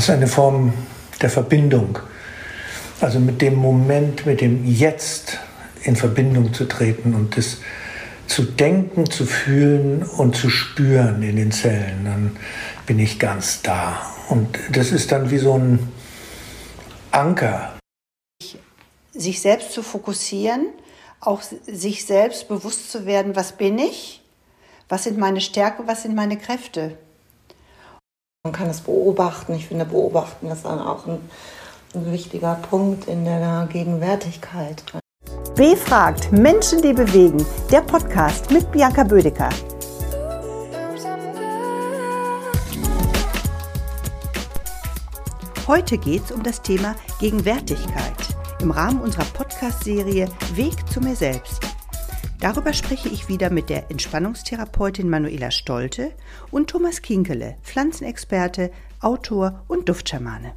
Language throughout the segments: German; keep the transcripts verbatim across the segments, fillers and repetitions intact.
Das ist eine Form der Verbindung. Also mit dem Moment, mit dem Jetzt in Verbindung zu treten und das zu denken, zu fühlen und zu spüren in den Zellen. Dann bin ich ganz da. Und das ist dann wie so ein Anker. Sich selbst zu fokussieren, auch sich selbst bewusst zu werden, was bin ich, was sind meine Stärken, was sind meine Kräfte. Man kann es beobachten. Ich finde, beobachten ist dann auch ein, ein wichtiger Punkt in der Gegenwärtigkeit. B-fragt, Menschen, die bewegen, der Podcast mit Bianca Bödecker. Heute geht es um das Thema Gegenwärtigkeit im Rahmen unserer Podcast-Serie Weg zu mir selbst. Darüber spreche ich wieder mit der Entspannungstherapeutin Manuela Stolte und Thomas Kinkele, Pflanzenexperte, Autor und Duftschamane.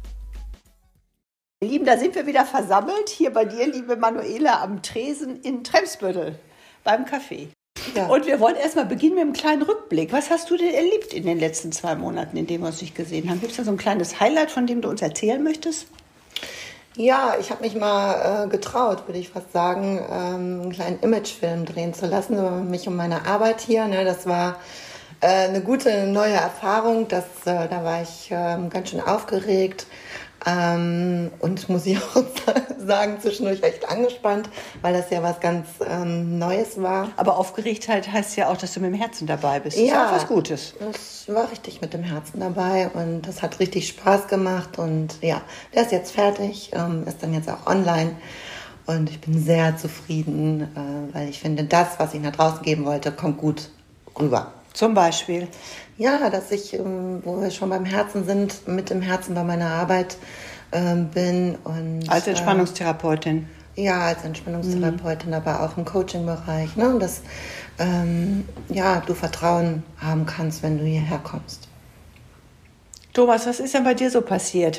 Ihr Lieben, da sind wir wieder versammelt, hier bei dir, liebe Manuela, am Tresen in Tremsbüttel beim Café. Ja. Und wir wollen erstmal beginnen mit einem kleinen Rückblick. Was hast du denn erlebt in den letzten zwei Monaten, in denen wir uns nicht gesehen haben? Gibt es da so ein kleines Highlight, von dem du uns erzählen möchtest? Ja, ich habe mich mal äh, getraut, würde ich fast sagen, ähm, einen kleinen Imagefilm drehen zu lassen über mich und meine Arbeit hier. Ne? Das war äh, eine gute neue Erfahrung. Das, äh, da war ich äh, ganz schön aufgeregt. Ähm, und muss ich auch sagen, zwischendurch echt angespannt, weil das ja was ganz ähm, Neues war. Aber Aufgeregtheit heißt ja auch, dass du mit dem Herzen dabei bist. Das Ja, ist auch was Gutes. Das war richtig mit dem Herzen dabei und das hat richtig Spaß gemacht. Und ja, der ist jetzt fertig, ähm, ist dann jetzt auch online. Und ich bin sehr zufrieden, äh, weil ich finde, das, was ich nach draußen geben wollte, kommt gut rüber. Zum Beispiel? Ja, dass ich, ähm, wo wir schon beim Herzen sind, mit dem Herzen bei meiner Arbeit ähm, bin. Und, als Entspannungstherapeutin? Äh, ja, als Entspannungstherapeutin, mhm. aber auch im Coaching-Bereich. Ne? Und dass ähm, ja, du Vertrauen haben kannst, wenn du hierher kommst. Thomas, was ist denn bei dir so passiert?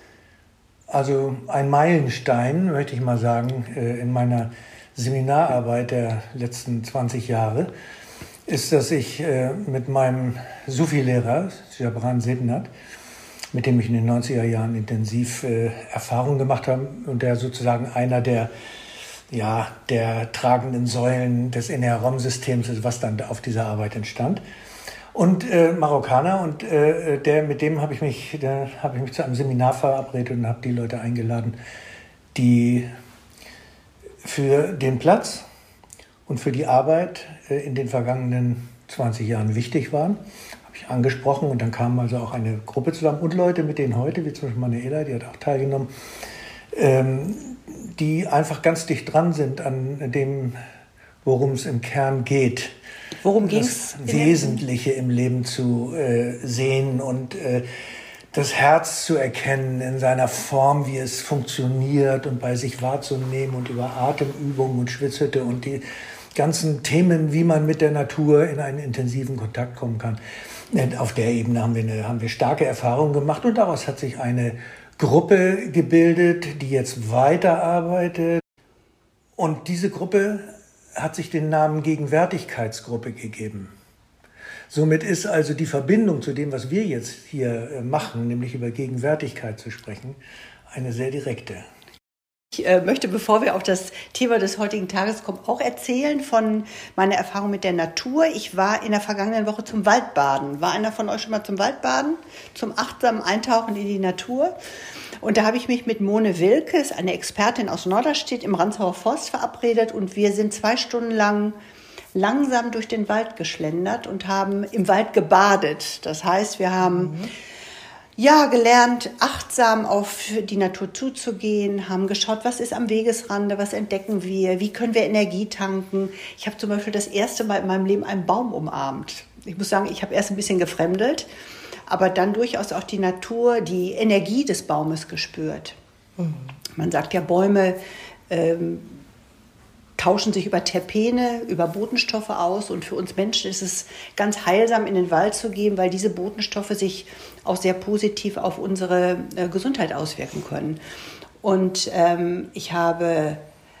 Also ein Meilenstein, möchte ich mal sagen, in meiner Seminararbeit der letzten zwanzig Jahre, ist, dass ich äh, mit meinem Sufi-Lehrer, Jabran Sednat, mit dem ich in den neunziger Jahren intensiv äh, Erfahrung gemacht habe und der sozusagen einer der, ja, der tragenden Säulen des N R R-Rom-Systems ist, was dann auf dieser Arbeit entstand. Und äh, Marokkaner, und äh, der, mit dem habe ich mich, da habe ich mich zu einem Seminar verabredet und habe die Leute eingeladen, die für den Platz und für die Arbeit in den vergangenen zwanzig Jahren wichtig waren, habe ich angesprochen. Und dann kam also auch eine Gruppe zusammen und Leute, mit denen heute, wie zum Beispiel Manuela, die hat auch teilgenommen, ähm, die einfach ganz dicht dran sind an dem, worum es im Kern geht. Worum ging es? Das Wesentliche im Leben zu äh, sehen und äh, das Herz zu erkennen in seiner Form, wie es funktioniert und bei sich wahrzunehmen und über Atemübungen und Schwitzhütte und die ganzen Themen, wie man mit der Natur in einen intensiven Kontakt kommen kann. Auf der Ebene haben wir, eine, haben wir starke Erfahrungen gemacht und daraus hat sich eine Gruppe gebildet, die jetzt weiterarbeitet. Und diese Gruppe hat sich den Namen Gegenwärtigkeitsgruppe gegeben. Somit ist also die Verbindung zu dem, was wir jetzt hier machen, nämlich über Gegenwärtigkeit zu sprechen, eine sehr direkte. Ich äh, möchte, bevor wir auf das Thema des heutigen Tages kommen, auch erzählen von meiner Erfahrung mit der Natur. Ich war in der vergangenen Woche zum Waldbaden. War einer von euch schon mal zum Waldbaden? Zum achtsamen Eintauchen in die Natur? Und da habe ich mich mit Mone Wilkes, eine Expertin aus Norderstedt, im Ranzauer Forst verabredet. Und wir sind zwei Stunden lang langsam durch den Wald geschlendert und haben im Wald gebadet. Das heißt, wir haben... Mhm. Ja, gelernt, achtsam auf die Natur zuzugehen, haben geschaut, was ist am Wegesrande, was entdecken wir, wie können wir Energie tanken. Ich habe zum Beispiel das erste Mal in meinem Leben einen Baum umarmt. Ich muss sagen, ich habe erst ein bisschen gefremdelt, aber dann durchaus auch die Natur, die Energie des Baumes gespürt. Mhm. Man sagt ja, Bäume ähm, tauschen sich über Terpene, über Botenstoffe aus. Und für uns Menschen ist es ganz heilsam, in den Wald zu gehen, weil diese Botenstoffe sich auch sehr positiv auf unsere äh, Gesundheit auswirken können. Und ähm, ich habe,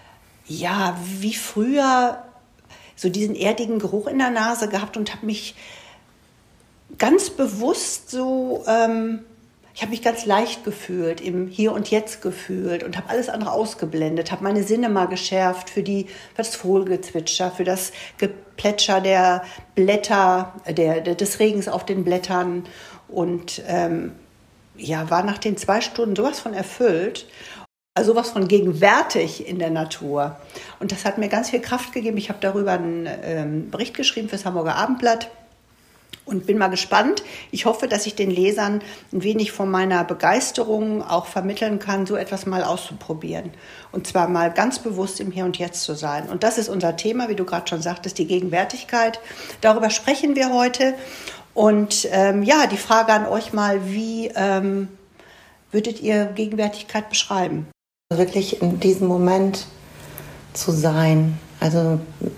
ja, wie früher so diesen erdigen Geruch in der Nase gehabt und habe mich ganz bewusst so... Ähm, ich habe mich ganz leicht gefühlt, im Hier und Jetzt gefühlt und habe alles andere ausgeblendet, habe meine Sinne mal geschärft für, die, für das Vogelgezwitscher, für das Geplätscher der Blätter, der, der, des Regens auf den Blättern und ähm, ja, war nach den zwei Stunden sowas von erfüllt, also sowas von gegenwärtig in der Natur. Und das hat mir ganz viel Kraft gegeben. Ich habe darüber einen ähm, Bericht geschrieben fürs Hamburger Abendblatt und bin mal gespannt. Ich hoffe, dass ich den Lesern ein wenig von meiner Begeisterung auch vermitteln kann, so etwas mal auszuprobieren. Und zwar mal ganz bewusst im Hier und Jetzt zu sein. Und das ist unser Thema, wie du gerade schon sagtest, die Gegenwärtigkeit. Darüber sprechen wir heute. Und ähm, ja, die Frage an euch mal, wie ähm, würdet ihr Gegenwärtigkeit beschreiben? Wirklich in diesem Moment zu sein. Also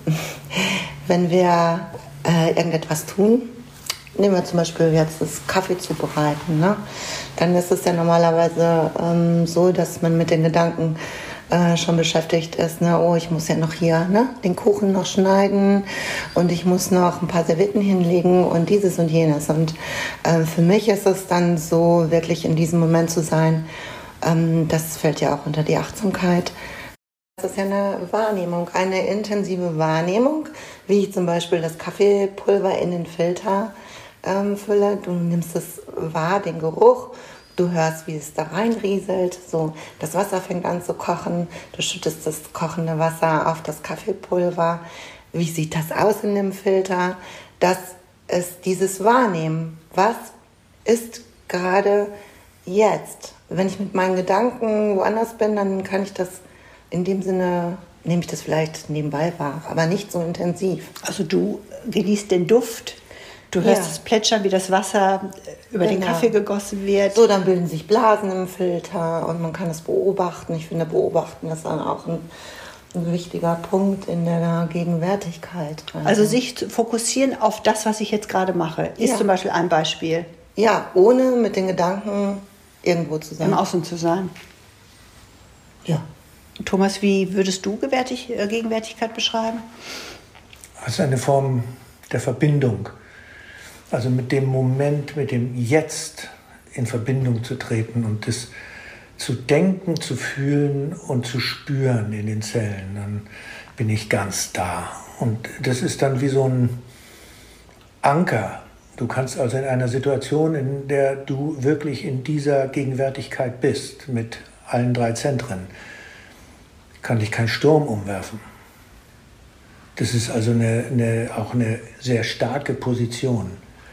wenn wir äh, irgendetwas tun, nehmen wir zum Beispiel jetzt das Kaffee zubereiten, ne? Dann ist es ja normalerweise ähm, so, dass man mit den Gedanken äh, schon beschäftigt ist, ne? Oh, ich muss ja noch hier, ne, den Kuchen noch schneiden und ich muss noch ein paar Servietten hinlegen und dieses und jenes. Und äh, für mich ist es dann so, wirklich in diesem Moment zu sein, ähm, das fällt ja auch unter die Achtsamkeit. Das ist ja eine Wahrnehmung, eine intensive Wahrnehmung, wie ich zum Beispiel das Kaffeepulver in den Filter ähm, fülle. Du nimmst es wahr, den Geruch, du hörst, wie es da reinrieselt. So, das Wasser fängt an zu kochen, du schüttest das kochende Wasser auf das Kaffeepulver. Wie sieht das aus in dem Filter? Das ist dieses Wahrnehmen. Was ist gerade jetzt? Wenn ich mit meinen Gedanken woanders bin, dann kann ich das in dem Sinne, nehme ich das vielleicht nebenbei wahr, aber nicht so intensiv. Also du genießt den Duft, du hörst Ja. das Plätschern, wie das Wasser über den Genau. Kaffee gegossen wird. So, dann bilden sich Blasen im Filter und man kann es beobachten. Ich finde, beobachten ist dann auch ein, ein wichtiger Punkt in der Gegenwärtigkeit. Also sich zu fokussieren auf das, was ich jetzt gerade mache, ist Ja. zum Beispiel ein Beispiel, Ja, ohne mit den Gedanken irgendwo zu sein. im Außen zu sein. Ja. Thomas, wie würdest du Gewärtig, äh, Gegenwärtigkeit beschreiben? Das ist eine Form der Verbindung. Also mit dem Moment, mit dem Jetzt in Verbindung zu treten und das zu denken, zu fühlen und zu spüren in den Zellen. Dann bin ich ganz da. Und das ist dann wie so ein Anker. Du kannst also in einer Situation, in der du wirklich in dieser Gegenwärtigkeit bist, mit allen drei Zentren, kann dich kein Sturm umwerfen. Das ist also eine, eine, auch eine sehr starke Position.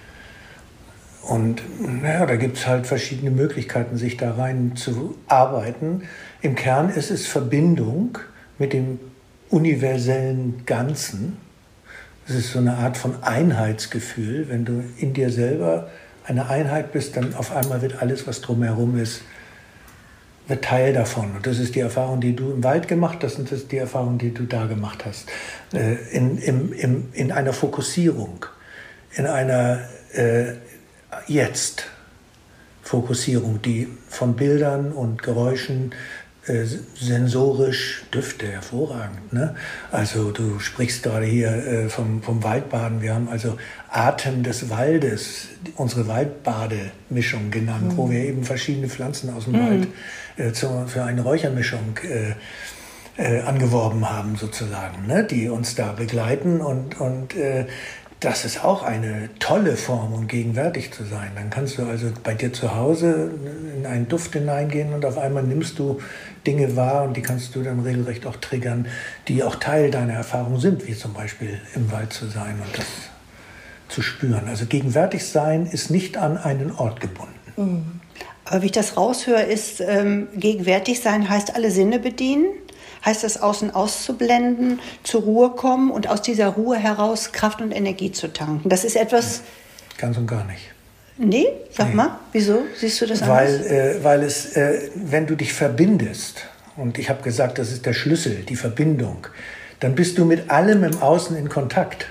Und naja, da gibt es halt verschiedene Möglichkeiten, sich da rein zu arbeiten. Im Kern ist es Verbindung mit dem universellen Ganzen. Es ist so eine Art von Einheitsgefühl. Wenn du in dir selber eine Einheit bist, dann auf einmal wird alles, was drumherum ist, wird Teil davon. Und das ist die Erfahrung, die du im Wald gemacht hast und das ist die Erfahrung, die du da gemacht hast. Äh, in, im, im, in einer Fokussierung, in einer äh, Jetzt-Fokussierung, die von Bildern und Geräuschen äh, sensorisch, Düfte, hervorragend. Ne? Also du sprichst gerade hier äh, vom, vom Waldbaden. Wir haben also Atem des Waldes, unsere Waldbademischung genannt, mhm. wo wir eben verschiedene Pflanzen aus dem mhm. Wald äh, zu, für eine Räuchermischung äh, äh, angeworben haben, sozusagen, ne? Die uns da begleiten. Und, und äh, das ist auch eine tolle Form, um gegenwärtig zu sein. Dann kannst du also bei dir zu Hause in einen Duft hineingehen und auf einmal nimmst du Dinge wahr und die kannst du dann regelrecht auch triggern, die auch Teil deiner Erfahrung sind, wie zum Beispiel im Wald zu sein und das zu spüren. Also gegenwärtig sein ist nicht an einen Ort gebunden. Mhm. Aber wie ich das raushöre, ist ähm, gegenwärtig sein heißt alle Sinne bedienen. Heißt das außen auszublenden, zur Ruhe kommen und aus dieser Ruhe heraus Kraft und Energie zu tanken. Das ist etwas... Ganz und gar nicht. Nee, sag nee. mal, wieso siehst du das anders? Weil, äh, weil es, äh, wenn du dich verbindest, und ich habe gesagt, das ist der Schlüssel, die Verbindung, dann bist du mit allem im Außen in Kontakt.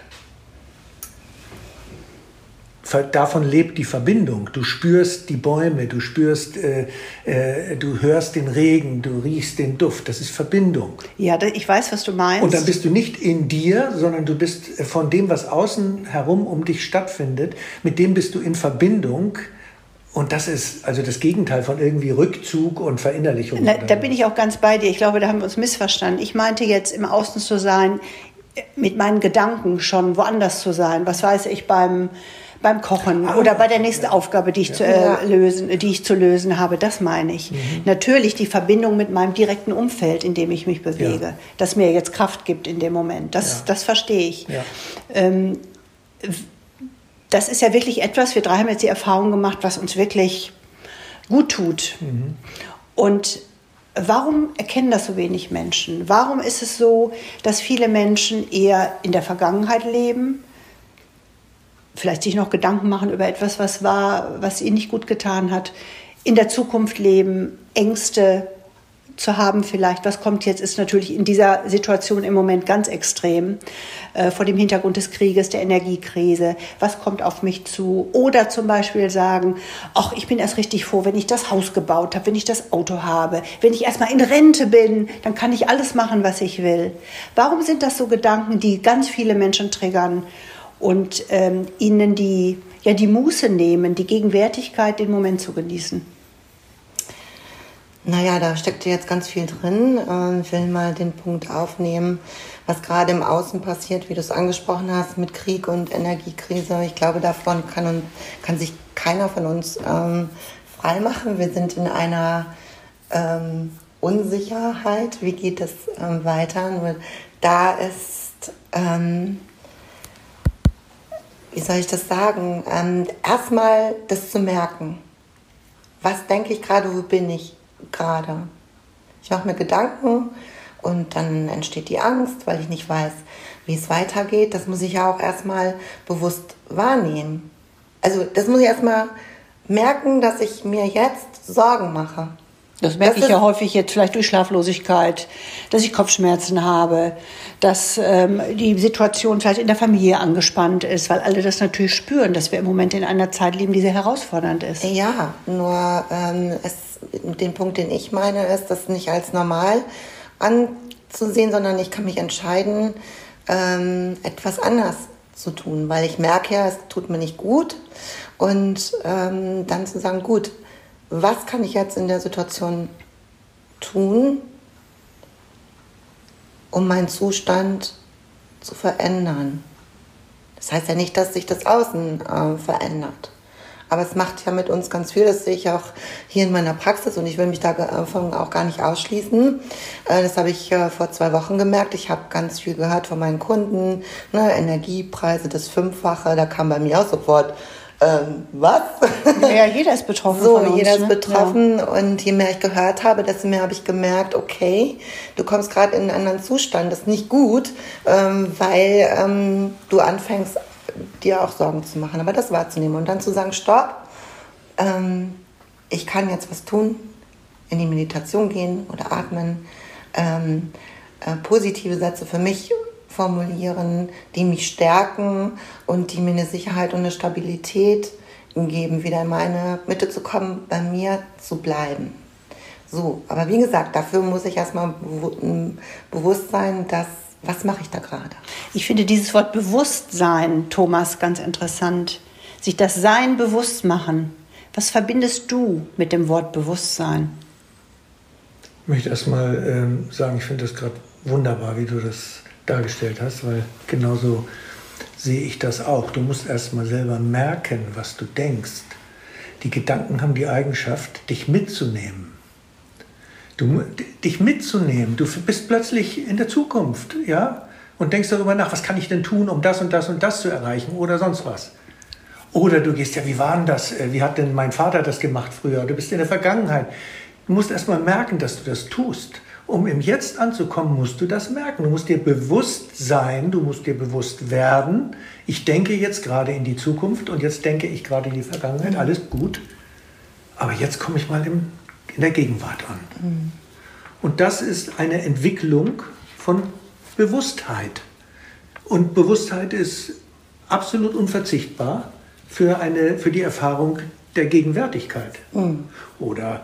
Davon lebt die Verbindung. Du spürst die Bäume, du spürst, äh, äh, du hörst den Regen, du riechst den Duft. Das ist Verbindung. Ja, ich weiß, was du meinst. Und dann bist du nicht in dir, sondern du bist von dem, was außen herum um dich stattfindet, mit dem bist du in Verbindung Und das ist also das Gegenteil von irgendwie Rückzug und Verinnerlichung. Na, da bin ich auch ganz bei dir. Ich glaube, da haben wir uns missverstanden. Ich meinte jetzt im Außen zu sein, mit meinen Gedanken schon woanders zu sein. Was weiß ich, beim, beim Kochen ah, oder bei der nächsten ja. Aufgabe, die ich, ja. zu, äh, lösen, die ich zu lösen habe. Das meine ich. Mhm. Natürlich die Verbindung mit meinem direkten Umfeld, in dem ich mich bewege, ja. das mir jetzt Kraft gibt in dem Moment. Das, ja. das verstehe ich. Ja. Ähm, das ist ja wirklich etwas, wir drei haben jetzt die Erfahrung gemacht, was uns wirklich gut tut. Mhm. Und warum erkennen das so wenig Menschen? Warum ist es so, dass viele Menschen eher in der Vergangenheit leben, vielleicht sich noch Gedanken machen über etwas, was war, was ihnen nicht gut getan hat, in der Zukunft leben, Ängste zu haben vielleicht, was kommt jetzt, ist natürlich in dieser Situation im Moment ganz extrem, äh, vor dem Hintergrund des Krieges, der Energiekrise, was kommt auf mich zu? Oder zum Beispiel sagen, ach, ich bin erst richtig froh, wenn ich das Haus gebaut habe, wenn ich das Auto habe, wenn ich erstmal in Rente bin, dann kann ich alles machen, was ich will. Warum sind das so Gedanken, die ganz viele Menschen triggern und ähm, ihnen die, ja, die Muße nehmen, die Gegenwärtigkeit, den Moment zu genießen? Naja, da steckt jetzt ganz viel drin. Ich will mal den Punkt aufnehmen, was gerade im Außen passiert, wie du es angesprochen hast, mit Krieg und Energiekrise. Ich glaube, davon kann, und, kann sich keiner von uns ähm, frei machen. Wir sind in einer ähm, Unsicherheit. Wie geht es ähm, weiter? Nur da ist, ähm, wie soll ich das sagen, ähm, erstmal das zu merken. Was denke ich gerade, wo bin ich gerade? Ich mache mir Gedanken und dann entsteht die Angst, weil ich nicht weiß, wie es weitergeht. Das muss ich ja auch erstmal bewusst wahrnehmen. Also das muss ich erstmal merken, dass ich mir jetzt Sorgen mache. Das merke das ich ja häufig jetzt vielleicht durch Schlaflosigkeit, dass ich Kopfschmerzen habe, dass ähm, die Situation vielleicht in der Familie angespannt ist, weil alle das natürlich spüren, dass wir im Moment in einer Zeit leben, die sehr herausfordernd ist. Ja, nur ähm, es, den Punkt, den ich meine, ist, das nicht als normal anzusehen, sondern ich kann mich entscheiden, ähm, etwas anders zu tun, weil ich merke ja, es tut mir nicht gut und ähm, dann zu sagen, gut, was kann ich jetzt in der Situation tun, um meinen Zustand zu verändern? Das heißt ja nicht, dass sich das Außen äh, verändert. Aber es macht ja mit uns ganz viel. Das sehe ich auch hier in meiner Praxis und ich will mich davon auch gar nicht ausschließen. Äh, das habe ich äh, vor zwei Wochen gemerkt. Ich habe ganz viel gehört von meinen Kunden. Ne, Energiepreise, das Fünffache, da kam bei mir auch sofort Ähm, was? Ja, jeder ist betroffen so, von uns, jeder ist ne? betroffen. Ja. Und je mehr ich gehört habe, desto mehr habe ich gemerkt, okay, du kommst gerade in einen anderen Zustand, das ist nicht gut, ähm, weil ähm, du anfängst, dir auch Sorgen zu machen, aber das wahrzunehmen und dann zu sagen, stopp, ähm, ich kann jetzt was tun, in die Meditation gehen oder atmen, ähm, äh, positive Sätze für mich formulieren, die mich stärken und die mir eine Sicherheit und eine Stabilität geben, wieder in meine Mitte zu kommen, bei mir zu bleiben. So, aber wie gesagt, dafür muss ich erstmal bewusst sein, dass, was mache ich da gerade? Ich finde dieses Wort Bewusstsein, Thomas, ganz interessant. Sich das Sein bewusst machen. Was verbindest du mit dem Wort Bewusstsein? Ich möchte erstmal ähm, sagen, ich finde das gerade wunderbar, wie du das dargestellt hast, weil genauso sehe ich das auch. Du musst erst mal selber merken, was du denkst. Die Gedanken haben die Eigenschaft, dich mitzunehmen. Du, dich mitzunehmen. Du bist plötzlich in der Zukunft, ja, und denkst darüber nach, was kann ich denn tun, um das und das und das zu erreichen oder sonst was. Oder du gehst, ja, wie war denn das? Wie hat denn mein Vater das gemacht früher? Du bist in der Vergangenheit. Du musst erst mal merken, dass du das tust. Um im Jetzt anzukommen, musst du das merken. Du musst dir bewusst sein, du musst dir bewusst werden. Ich denke jetzt gerade in die Zukunft und jetzt denke ich gerade in die Vergangenheit. Alles gut. Aber jetzt komme ich mal im, in der Gegenwart an. Mhm. Und das ist eine Entwicklung von Bewusstheit. Und Bewusstheit ist absolut unverzichtbar für, eine, für die Erfahrung der Gegenwärtigkeit. Mhm. Oder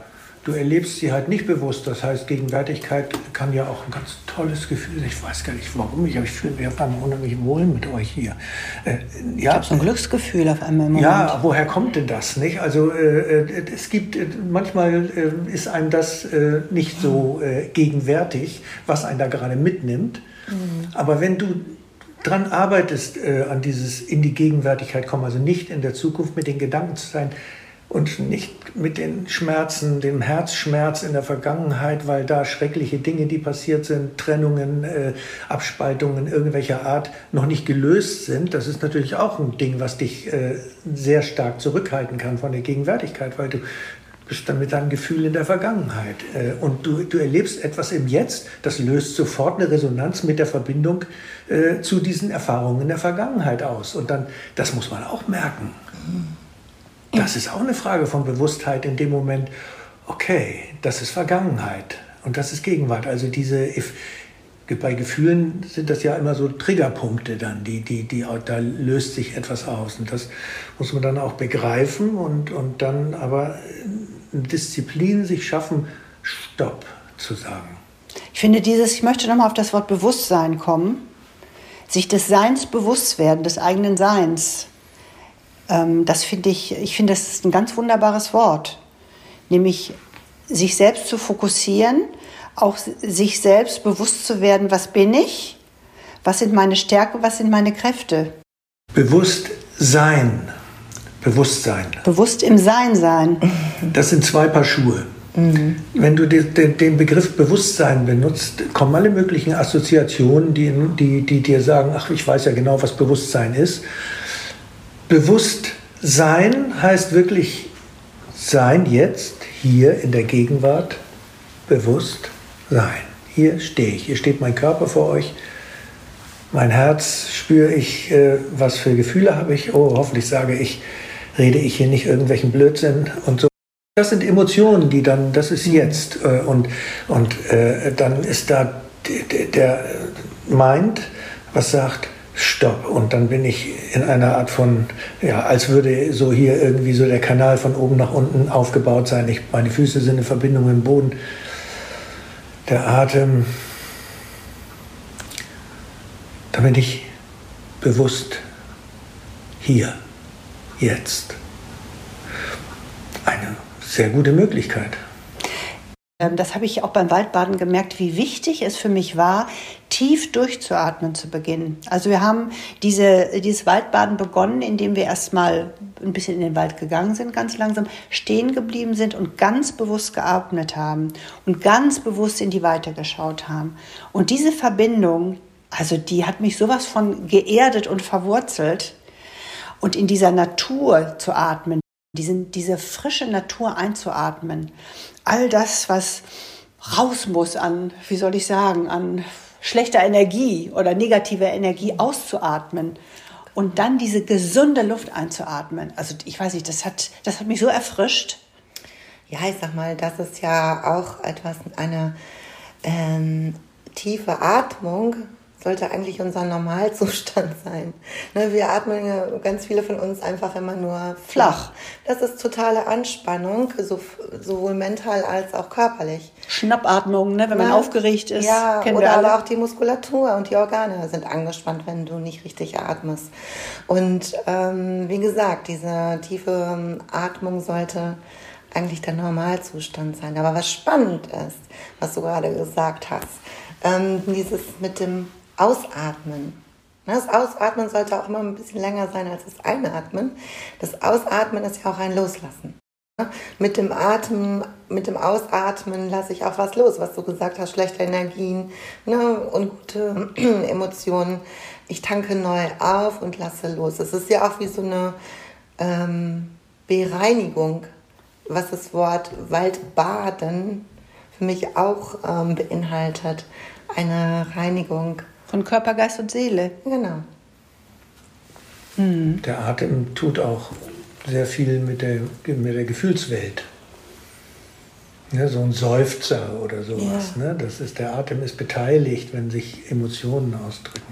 du erlebst sie halt nicht bewusst. Das heißt, Gegenwärtigkeit kann ja auch ein ganz tolles Gefühl sein. Ich weiß gar nicht, warum ich, aber ich fühle mich auf einmal unheimlich wohl mit euch hier. Äh, ja, ich habe so ein Glücksgefühl auf einmal im Moment. Ja, woher kommt denn das, nicht? Also äh, es gibt, äh, manchmal äh, ist einem das äh, nicht so äh, gegenwärtig, was einen da gerade mitnimmt. Mhm. Aber wenn du dran arbeitest, äh, an dieses in die Gegenwärtigkeit kommen, also nicht in der Zukunft mit den Gedanken zu sein, und nicht mit den Schmerzen, dem Herzschmerz in der Vergangenheit, weil da schreckliche Dinge, die passiert sind, Trennungen, äh, Abspaltungen irgendwelcher Art noch nicht gelöst sind. Das ist natürlich auch ein Ding, was dich äh, sehr stark zurückhalten kann von der Gegenwärtigkeit, weil du bist dann mit deinem Gefühl in der Vergangenheit. Äh, und du, du erlebst etwas im Jetzt, das löst sofort eine Resonanz mit der Verbindung äh, zu diesen Erfahrungen in der Vergangenheit aus. Und dann, das muss man auch merken. Das ist auch eine Frage von Bewusstheit in dem Moment, okay, das ist Vergangenheit und das ist Gegenwart. Also diese, bei Gefühlen sind das ja immer so Triggerpunkte dann, die, die, die, da löst sich etwas aus. Und das muss man dann auch begreifen und, und dann aber Disziplin sich schaffen, Stopp zu sagen. Ich finde dieses, ich möchte nochmal auf das Wort Bewusstsein kommen, sich des Seins bewusst werden, des eigenen Seins. Das finde ich, ich finde, das ist ein ganz wunderbares Wort, nämlich sich selbst zu fokussieren, auch sich selbst bewusst zu werden, was bin ich, was sind meine Stärken, was sind meine Kräfte. Bewusst sein, Bewusstsein. Bewusst im Sein sein. Das sind zwei Paar Schuhe. Mhm. Wenn du den, den Begriff Bewusstsein benutzt, kommen alle möglichen Assoziationen, die, die, die dir sagen, ach, ich weiß ja genau, was Bewusstsein ist. Bewusstsein heißt wirklich sein, jetzt, hier in der Gegenwart, bewusst sein. Hier stehe ich, hier steht mein Körper vor euch, mein Herz spüre ich, äh, was für Gefühle habe ich, oh, hoffentlich sage ich, rede ich hier nicht irgendwelchen Blödsinn und so. Das sind Emotionen, die dann, das ist jetzt äh, und, und äh, dann ist da der, der Mind, was sagt, Stopp. Und dann bin ich in einer Art von, ja, als würde so hier irgendwie so der Kanal von oben nach unten aufgebaut sein. Ich, meine Füße sind in Verbindung mit dem Boden. Der Atem. Da bin ich bewusst hier, jetzt. Eine sehr gute Möglichkeit. Das habe ich auch beim Waldbaden gemerkt, wie wichtig es für mich war, tief durchzuatmen zu Beginn. Also wir haben diese, dieses Waldbaden begonnen, indem wir erstmal ein bisschen in den Wald gegangen sind, ganz langsam stehen geblieben sind und ganz bewusst geatmet haben und ganz bewusst in die Weite geschaut haben. Und diese Verbindung, also die hat mich sowas von geerdet und verwurzelt. Und in dieser Natur zu atmen, diese, diese frische Natur einzuatmen, all das, was raus muss an, wie soll ich sagen, an schlechter Energie oder negativer Energie auszuatmen und dann diese gesunde Luft einzuatmen. Also ich weiß nicht, das hat, das hat mich so erfrischt. Ja, ich sag mal, das ist ja auch etwas, eine ähm, tiefe Atmung sollte eigentlich unser Normalzustand sein. Ne, wir atmen ja, ganz viele von uns einfach immer nur flach. Das ist totale Anspannung, so, sowohl mental als auch körperlich. Schnappatmung, ne, wenn man ja, aufgeregt ist. Ja, kennen oder wir alle. Aber auch die Muskulatur und die Organe sind angespannt, wenn du nicht richtig atmest. Und ähm, wie gesagt, diese tiefe Atmung sollte eigentlich der Normalzustand sein. Aber was spannend ist, was du gerade gesagt hast, ähm, dieses mit dem Ausatmen. Das Ausatmen sollte auch immer ein bisschen länger sein als das Einatmen. Das Ausatmen ist ja auch ein Loslassen. Mit dem Atmen, mit dem Ausatmen lasse ich auch was los, was du gesagt hast, schlechte Energien, ne, ungute Emotionen. Ich tanke neu auf und lasse los. Es ist ja auch wie so eine ähm, Bereinigung, was das Wort Waldbaden für mich auch ähm, beinhaltet. Eine Reinigung. Von Körper, Geist und Seele. Genau. Mhm. Der Atem tut auch sehr viel mit der, mit der Gefühlswelt. Ja, so ein Seufzer oder sowas. Ja. Ne? Das ist, der Atem ist beteiligt, wenn sich Emotionen ausdrücken.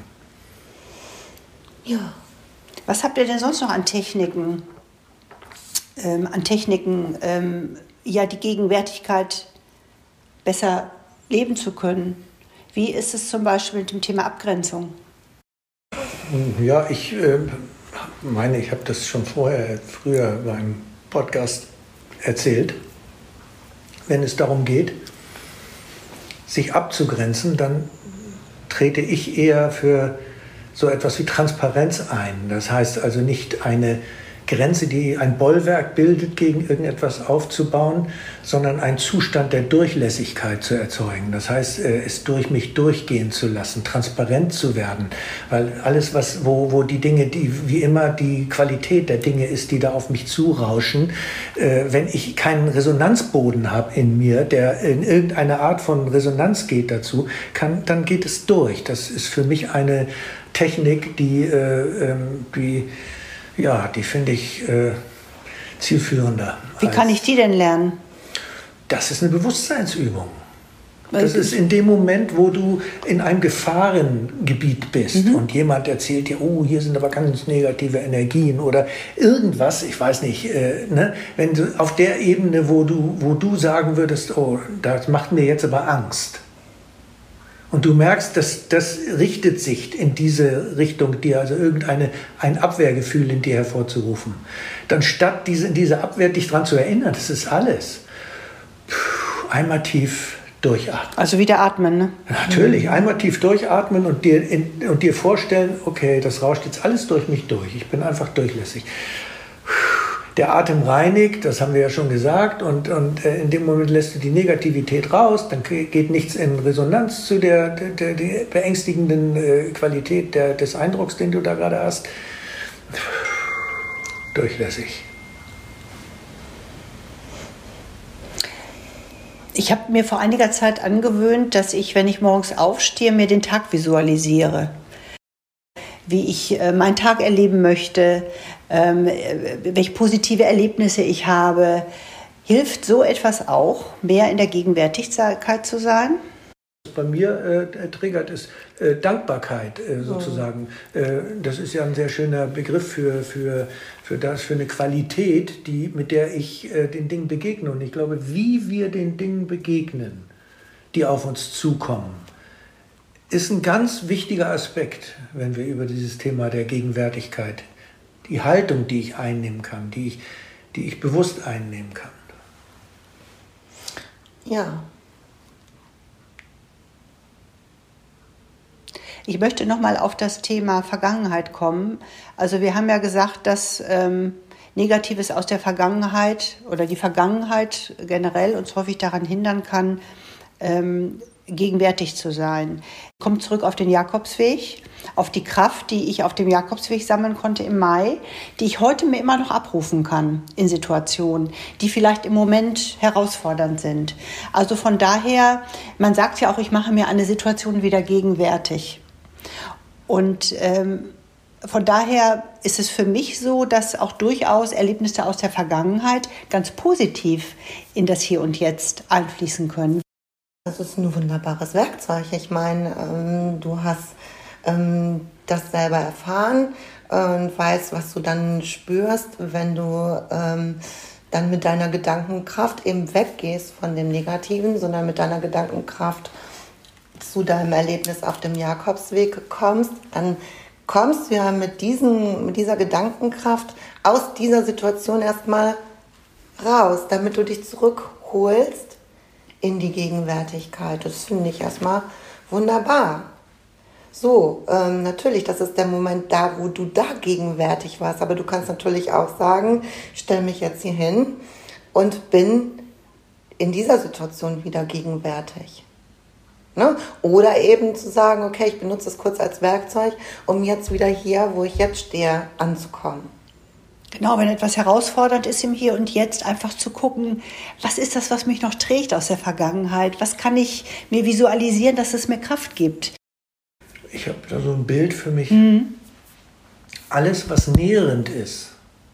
Ja. Was habt ihr denn sonst noch an Techniken, ähm, an Techniken ähm, ja die Gegenwärtigkeit besser leben zu können. Wie ist es zum Beispiel mit dem Thema Abgrenzung? Ja, ich äh, meine, ich habe das schon vorher, früher beim Podcast erzählt. Wenn es darum geht, sich abzugrenzen, dann trete ich eher für so etwas wie Transparenz ein. Das heißt also nicht eine Grenze, die ein Bollwerk bildet, gegen irgendetwas aufzubauen, sondern einen Zustand der Durchlässigkeit zu erzeugen. Das heißt, es durch mich durchgehen zu lassen, transparent zu werden. Weil alles, was, wo, wo die Dinge, die, wie immer die Qualität der Dinge ist, die da auf mich zurauschen, äh, wenn ich keinen Resonanzboden habe in mir, der in irgendeine Art von Resonanz geht dazu, kann, dann geht es durch. Das ist für mich eine Technik, die, äh, ähm, die Ja, die finde ich äh, zielführender. Wie kann ich die denn lernen? Das ist eine Bewusstseinsübung. Das ist in dem Moment, wo du in einem Gefahrengebiet bist mhm. und jemand erzählt dir, oh, hier sind aber ganz negative Energien oder irgendwas, ich weiß nicht, äh, ne? Wenn du auf der Ebene, wo du, wo du sagen würdest, oh, das macht mir jetzt aber Angst. Und du merkst, dass das richtet sich in diese Richtung, dir also irgendeine ein Abwehrgefühl in dir hervorzurufen. Dann statt diese, in diese Abwehr dich daran zu erinnern, das ist alles. Puh, einmal tief durchatmen. Also wieder atmen, ne? Natürlich, einmal tief durchatmen und dir, in, und dir vorstellen, okay, das rauscht jetzt alles durch mich durch. Ich bin einfach durchlässig. Der Atem reinigt, das haben wir ja schon gesagt, und, und in dem Moment lässt du die Negativität raus, dann geht nichts in Resonanz zu der, der, der beängstigenden Qualität der, des Eindrucks, den du da gerade hast. Durchlässig. Ich habe mir vor einiger Zeit angewöhnt, dass ich, wenn ich morgens aufstehe, mir den Tag visualisiere. Wie ich äh, meinen Tag erleben möchte, ähm, welche positive Erlebnisse ich habe. Hilft so etwas auch, mehr in der Gegenwärtigkeit zu sein? Was bei mir äh, triggert, ist äh, Dankbarkeit äh, sozusagen. Mhm. Äh, das ist ja ein sehr schöner Begriff für, für, für, das, für eine Qualität, die, mit der ich äh, den Dingen begegne. Und ich glaube, wie wir den Dingen begegnen, die auf uns zukommen, ist ein ganz wichtiger Aspekt, wenn wir über dieses Thema der Gegenwärtigkeit, die Haltung, die ich einnehmen kann, die ich, die ich bewusst einnehmen kann. Ja. Ich möchte nochmal auf das Thema Vergangenheit kommen. Also wir haben ja gesagt, dass ähm, Negatives aus der Vergangenheit oder die Vergangenheit generell uns häufig daran hindern kann, ähm, gegenwärtig zu sein. Ich komme zurück auf den Jakobsweg, auf die Kraft, die ich auf dem Jakobsweg sammeln konnte im Mai, die ich heute mir immer noch abrufen kann in Situationen, die vielleicht im Moment herausfordernd sind. Also von daher, man sagt ja auch, ich mache mir eine Situation wieder gegenwärtig. Und ähm, von daher ist es für mich so, dass auch durchaus Erlebnisse aus der Vergangenheit ganz positiv in das Hier und Jetzt einfließen können. Das ist ein wunderbares Werkzeug. Ich meine, ähm, du hast ähm, das selber erfahren und weißt, was du dann spürst, wenn du ähm, dann mit deiner Gedankenkraft eben weggehst von dem Negativen, sondern mit deiner Gedankenkraft zu deinem Erlebnis auf dem Jakobsweg kommst, dann kommst du ja mit, diesen, mit dieser Gedankenkraft aus dieser Situation erstmal raus, damit du dich zurückholst in die Gegenwärtigkeit. Das finde ich erstmal wunderbar. So, ähm, natürlich, das ist der Moment da, wo du da gegenwärtig warst. Aber du kannst natürlich auch sagen, ich stelle mich jetzt hier hin und bin in dieser Situation wieder gegenwärtig. Ne? Oder eben zu sagen, okay, ich benutze es kurz als Werkzeug, um jetzt wieder hier, wo ich jetzt stehe, anzukommen. Genau, wenn etwas herausfordernd ist im Hier und Jetzt, einfach zu gucken, was ist das, was mich noch trägt aus der Vergangenheit? Was kann ich mir visualisieren, dass es mir Kraft gibt? Ich habe da so ein Bild für mich. Mhm. Alles, was nährend ist,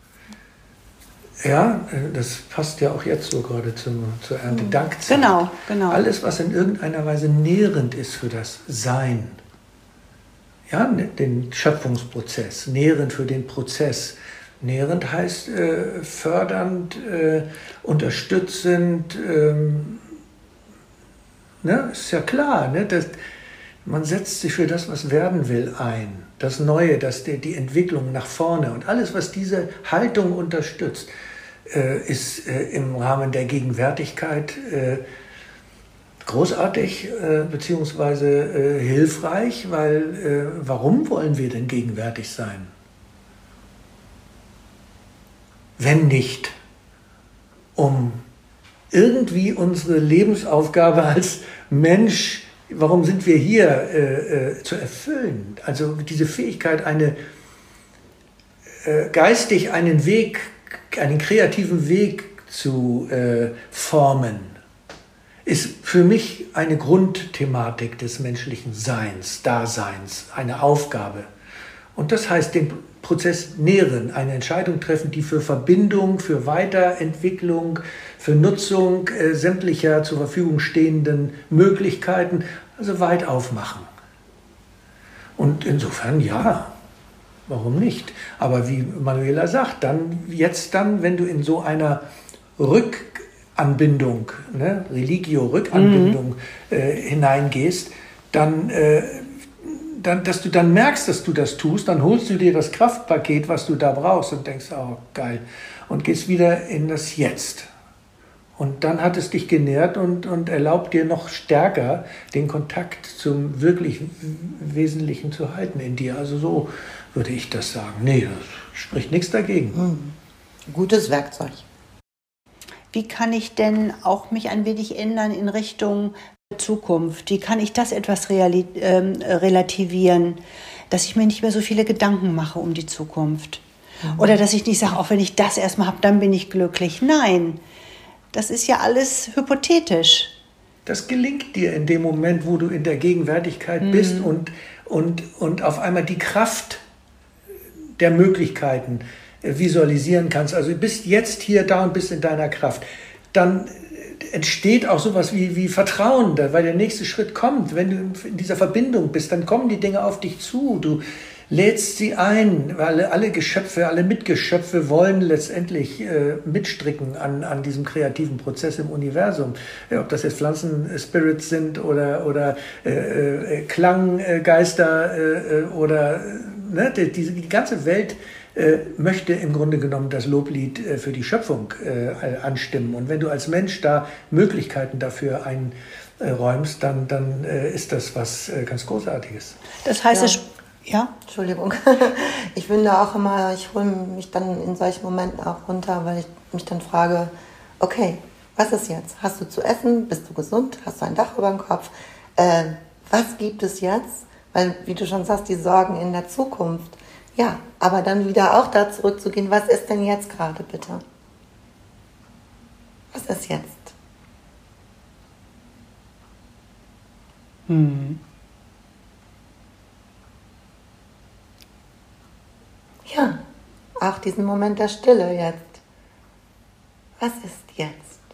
ja, das passt ja auch jetzt so gerade zum, zur Erntedankzeit. Genau, genau. Alles, was in irgendeiner Weise nährend ist für das Sein, ja, den Schöpfungsprozess, nährend für den Prozess, Nährend heißt äh, fördernd, äh, unterstützend. Ähm, ne? Ist ja klar, ne? Das, man setzt sich für das, was werden will, ein. Das Neue, das, die, die Entwicklung nach vorne und alles, was diese Haltung unterstützt, äh, ist äh, im Rahmen der Gegenwärtigkeit äh, großartig äh, beziehungsweise äh, hilfreich, weil äh, warum wollen wir denn gegenwärtig sein? Wenn nicht, um irgendwie unsere Lebensaufgabe als Mensch, warum sind wir hier, äh, äh, zu erfüllen? Also diese Fähigkeit, eine, äh, geistig einen Weg, einen kreativen Weg zu äh, formen, ist für mich eine Grundthematik des menschlichen Seins, Daseins, eine Aufgabe. Und das heißt, den Prozess nähren, eine Entscheidung treffen, die für Verbindung, für Weiterentwicklung, für Nutzung äh, sämtlicher zur Verfügung stehenden Möglichkeiten, also weit aufmachen. Und insofern, ja, warum nicht? Aber wie Manuela sagt, dann, jetzt dann, wenn du in so einer Rückanbindung, ne, Religio, Rückanbindung mhm. äh, hineingehst, dann, äh, dann, dass du dann merkst, dass du das tust, dann holst du dir das Kraftpaket, was du da brauchst und denkst, oh geil, und gehst wieder in das Jetzt. Und dann hat es dich genährt und, und erlaubt dir noch stärker den Kontakt zum wirklich Wesentlichen zu halten in dir. Also so würde ich das sagen. Nee, das spricht nichts dagegen. Mhm. Gutes Werkzeug. Wie kann ich denn auch mich ein wenig ändern in Richtung Zukunft? Wie kann ich das etwas reali- äh, relativieren, dass ich mir nicht mehr so viele Gedanken mache um die Zukunft? Mhm. Oder dass ich nicht sage, auch wenn ich das erstmal habe, dann bin ich glücklich. Nein, das ist ja alles hypothetisch. Das gelingt dir in dem Moment, wo du in der Gegenwärtigkeit mhm. bist und, und, und auf einmal die Kraft der Möglichkeiten visualisieren kannst. Also du bist jetzt hier, da und bist in deiner Kraft. Dann entsteht auch sowas wie, wie Vertrauen, weil der nächste Schritt kommt. Wenn du in dieser Verbindung bist, dann kommen die Dinge auf dich zu. Du lädst sie ein, weil alle Geschöpfe, alle Mitgeschöpfe wollen letztendlich äh, mitstricken an, an diesem kreativen Prozess im Universum. Ja, ob das jetzt Pflanzen-Spirits sind oder, oder äh, äh, Klanggeister äh, oder ne, die, die, die ganze Welt äh, möchte im Grunde genommen das Loblied äh, für die Schöpfung äh, anstimmen. Und wenn du als Mensch da Möglichkeiten dafür einräumst, dann, dann äh, ist das was äh, ganz Großartiges. Das heißt, ja. es Ja? Entschuldigung. Ich finde auch immer, ich hole mich dann in solchen Momenten auch runter, weil ich mich dann frage, okay, was ist jetzt? Hast du zu essen? Bist du gesund? Hast du ein Dach über dem Kopf? Äh, was gibt es jetzt? Weil, wie du schon sagst, die Sorgen in der Zukunft. Ja, aber dann wieder auch da zurückzugehen, was ist denn jetzt gerade bitte? Was ist jetzt? Hm. Ja, auch diesen Moment der Stille jetzt. Was ist jetzt?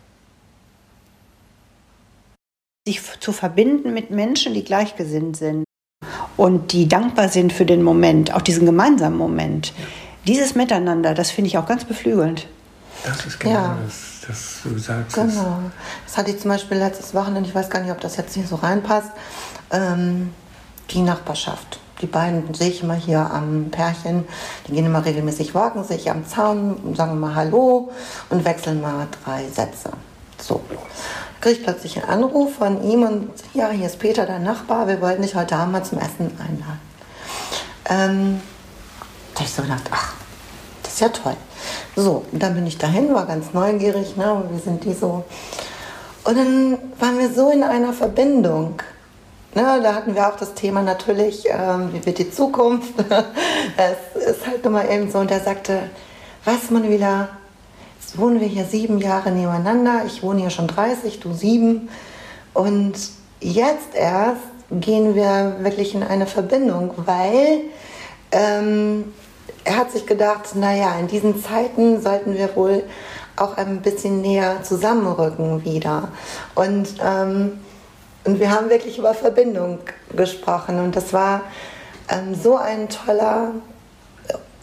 Sich zu verbinden mit Menschen, die gleichgesinnt sind und die dankbar sind für den Moment, auch diesen gemeinsamen Moment. Ja. Dieses Miteinander, das finde ich auch ganz beflügelnd. Das ist genau ja. das, das du sagst. Genau. Das hatte ich zum Beispiel letztes Wochenende, ich weiß gar nicht, ob das jetzt hier so reinpasst, ähm, die Nachbarschaft. Die beiden sehe ich immer hier am Pärchen, die gehen immer regelmäßig walken, sehe ich am Zaun, sagen mal Hallo und wechseln mal drei Sätze. So. Da kriege ich plötzlich einen Anruf von ihm und ja, hier ist Peter, dein Nachbar, wir wollten dich heute Abend mal zum Essen einladen. Ähm, da habe ich so gedacht, ach, das ist ja toll. So, und dann bin ich dahin, war ganz neugierig, ne, wie sind die so. Und dann waren wir so in einer Verbindung. Ne, da hatten wir auch das Thema natürlich, ähm, wie wird die Zukunft? Es ist halt nun mal eben so. Und er sagte, weißt du, Manuela, jetzt wohnen wir hier sieben Jahre nebeneinander. Ich wohne hier schon dreißig, du sieben. Und jetzt erst gehen wir wirklich in eine Verbindung, weil ähm, er hat sich gedacht, naja, in diesen Zeiten sollten wir wohl auch ein bisschen näher zusammenrücken wieder. Und ähm, Und wir haben wirklich über Verbindung gesprochen und das war ähm, so ein toller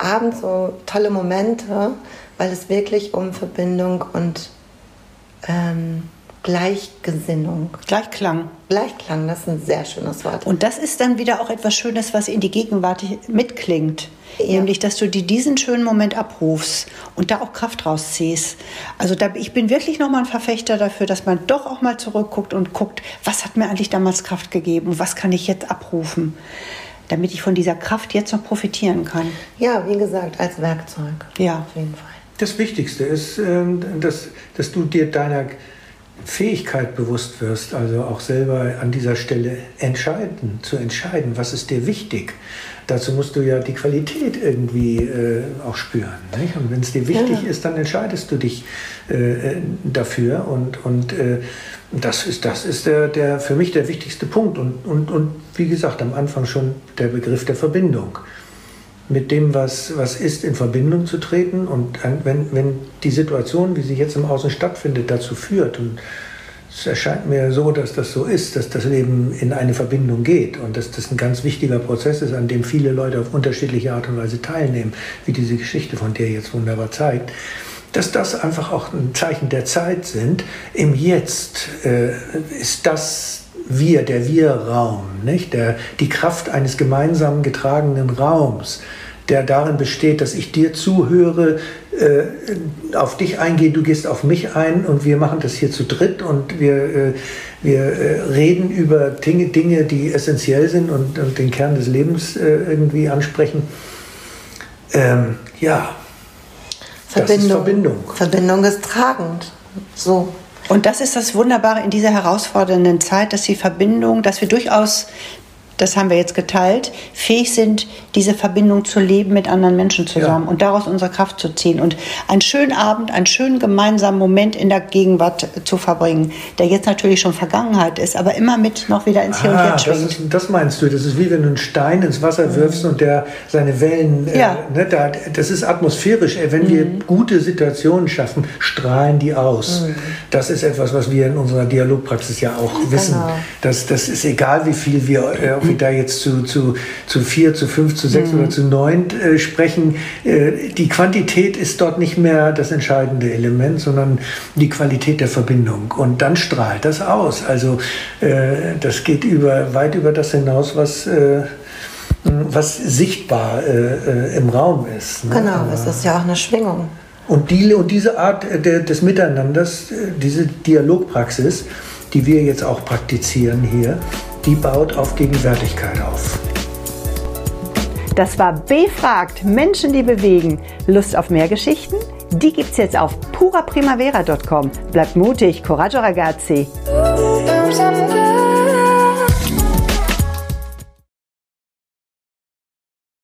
abends so tolle Momente, weil es wirklich um Verbindung und ähm, Gleichgesinnung. Gleichklang. Gleichklang, das ist ein sehr schönes Wort. Und das ist dann wieder auch etwas Schönes, was in die Gegenwart mitklingt. Ja. Nämlich, dass du dir diesen schönen Moment abrufst und da auch Kraft rausziehst. Also da, ich bin wirklich nochmal ein Verfechter dafür, dass man doch auch mal zurückguckt und guckt, was hat mir eigentlich damals Kraft gegeben, was kann ich jetzt abrufen, damit ich von dieser Kraft jetzt noch profitieren kann. Ja, wie gesagt, als Werkzeug. Ja. Auf jeden Fall. Das Wichtigste ist, dass, dass du dir deiner Fähigkeit bewusst wirst, also auch selber an dieser Stelle entscheiden, zu entscheiden, was ist dir wichtig. Dazu musst du ja die Qualität irgendwie äh, auch spüren. Nicht? Und wenn es dir wichtig ja. ist, dann entscheidest du dich äh, dafür. Und, und äh, das ist, das ist der, der, für mich der wichtigste Punkt. Und, und, und wie gesagt, am Anfang schon der Begriff der Verbindung. Mit dem, was, was ist, in Verbindung zu treten. Und wenn, wenn die Situation, wie sie jetzt im Außen stattfindet, dazu führt, und es erscheint mir so, dass das so ist, dass das Leben in eine Verbindung geht und dass das ein ganz wichtiger Prozess ist, an dem viele Leute auf unterschiedliche Art und Weise teilnehmen, wie diese Geschichte von dir jetzt wunderbar zeigt, dass das einfach auch ein Zeichen der Zeit sind. Im Jetzt äh, ist das Wir, der Wir-Raum, nicht? Der, die Kraft eines gemeinsam getragenen Raums, der darin besteht, dass ich dir zuhöre, äh, auf dich eingehe, du gehst auf mich ein und wir machen das hier zu dritt und wir, äh, wir äh, reden über Dinge, Dinge, die essentiell sind und, und den Kern des Lebens äh, irgendwie ansprechen. Ähm, ja, Verbindung. Das ist Verbindung. Verbindung ist tragend. So. Und das ist das Wunderbare in dieser herausfordernden Zeit, dass die Verbindung, dass wir durchaus, das haben wir jetzt geteilt, fähig sind, diese Verbindung zu leben mit anderen Menschen zusammen ja. und daraus unsere Kraft zu ziehen. Und einen schönen Abend, einen schönen gemeinsamen Moment in der Gegenwart zu verbringen, der jetzt natürlich schon Vergangenheit ist, aber immer mit noch wieder ins Hier ah, und Jetzt schwingt. Das, ist, das meinst du, das ist wie wenn du einen Stein ins Wasser wirfst und der seine Wellen, ja. äh, ne, da, das ist atmosphärisch. Wenn mhm. wir gute Situationen schaffen, strahlen die aus. Mhm. Das ist etwas, was wir in unserer Dialogpraxis ja auch wissen. Genau. Das, das ist egal, wie viel wir, äh, ob wir da jetzt zu, zu, zu vier, zu fünf, zu sechs mhm. oder zu neun äh, sprechen. Äh, die Quantität ist dort nicht mehr das entscheidende Element, sondern die Qualität der Verbindung. Und dann strahlt das aus. Also äh, das geht über, weit über das hinaus, was, äh, was sichtbar äh, im Raum ist. Ne? Genau, es ist ja auch eine Schwingung. Und, die, und diese Art de, des Miteinanders, diese Dialogpraxis, die wir jetzt auch praktizieren hier, die baut auf Gegenwärtigkeit auf. Das war Befragt, Menschen, die bewegen. Lust auf mehr Geschichten? Die gibt's jetzt auf pura primavera punkt com. Bleibt mutig, coraggio ragazzi!